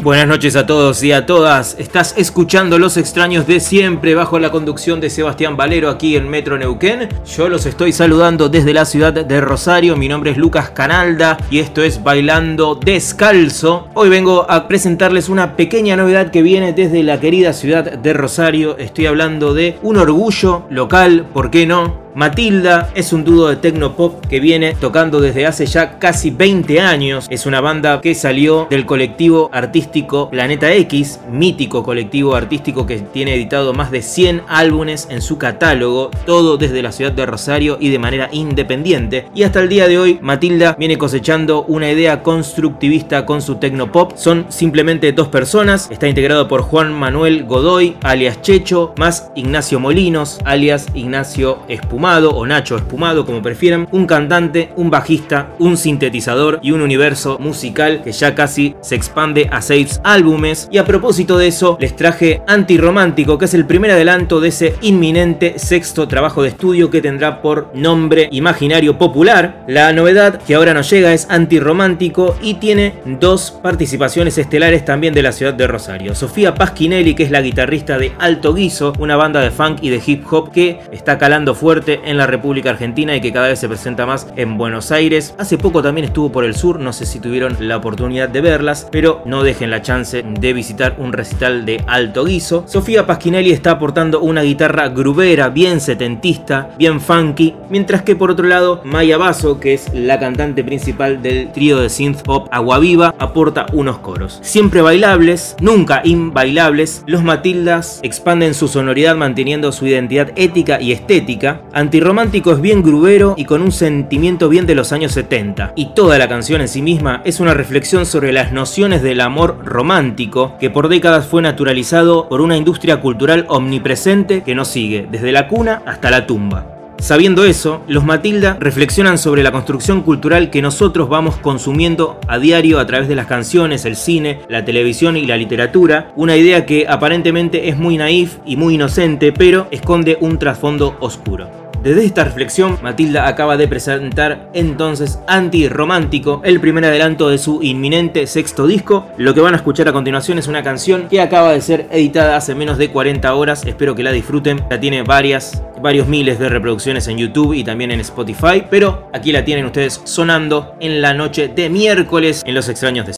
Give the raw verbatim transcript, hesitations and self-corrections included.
Buenas noches a todos y a todas. Estás escuchando Los Extraños de Siempre bajo la conducción de Sebastián Valero aquí en Metro Neuquén. Yo los estoy saludando desde la ciudad de Rosario. Mi nombre es Lucas Canalda y esto es Bailando Descalzo. Hoy vengo a presentarles una pequeña novedad que viene desde la querida ciudad de Rosario. Estoy hablando de un orgullo local, ¿por qué no? Matilda es un dúo de tecnopop que viene tocando desde hace ya casi veinte años. Es una banda que salió del colectivo artístico Planeta X, mítico colectivo artístico que tiene editado más de cien álbumes en su catálogo, todo desde la ciudad de Rosario y de manera independiente. Y hasta el día de hoy Matilda viene cosechando una idea constructivista con su tecnopop. Son simplemente dos personas, está integrado por Juan Manuel Godoy, alias Checho, más Ignacio Molinos, alias Ignacio Espumado o Nacho Espumado, como prefieran, un cantante, un bajista, un sintetizador y un universo musical que ya casi se expande a seis álbumes. Y a propósito de eso, les traje Antirromántico, que es el primer adelanto de ese inminente sexto trabajo de estudio que tendrá por nombre Imaginario Popular. La novedad que ahora nos llega es Antirromántico y tiene dos participaciones estelares también de la ciudad de Rosario. Sofía Pasquinelli, que es la guitarrista de Alto Guiso, una banda de funk y de hip hop que está calando fuerte en la República Argentina y que cada vez se presenta más en Buenos Aires. Hace poco también estuvo por el sur, no sé si tuvieron la oportunidad de verlas, pero no dejen la chance de visitar un recital de Alto Guiso. Sofía Pasquinelli está aportando una guitarra grubera, bien setentista, bien funky, mientras que por otro lado Maya Basso, que es la cantante principal del trío de synth pop Agua Viva, aporta unos coros. Siempre bailables, nunca inbailables, los Matildas expanden su sonoridad manteniendo su identidad ética y estética. Antirromántico es bien grubero y con un sentimiento bien de los años setenta. Y toda la canción en sí misma es una reflexión sobre las nociones del amor romántico que por décadas fue naturalizado por una industria cultural omnipresente que nos sigue desde la cuna hasta la tumba. Sabiendo eso, los Matilda reflexionan sobre la construcción cultural que nosotros vamos consumiendo a diario a través de las canciones, el cine, la televisión y la literatura, una idea que aparentemente es muy naif y muy inocente, pero esconde un trasfondo oscuro. Desde esta reflexión, Matilda acaba de presentar entonces Antirromántico, el primer adelanto de su inminente sexto disco. Lo que van a escuchar a continuación es una canción que acaba de ser editada hace menos de cuarenta horas. Espero que la disfruten. Ya tiene varias, varios miles de reproducciones en YouTube y también en Spotify, pero aquí la tienen ustedes sonando en la noche de miércoles en Los Extraños de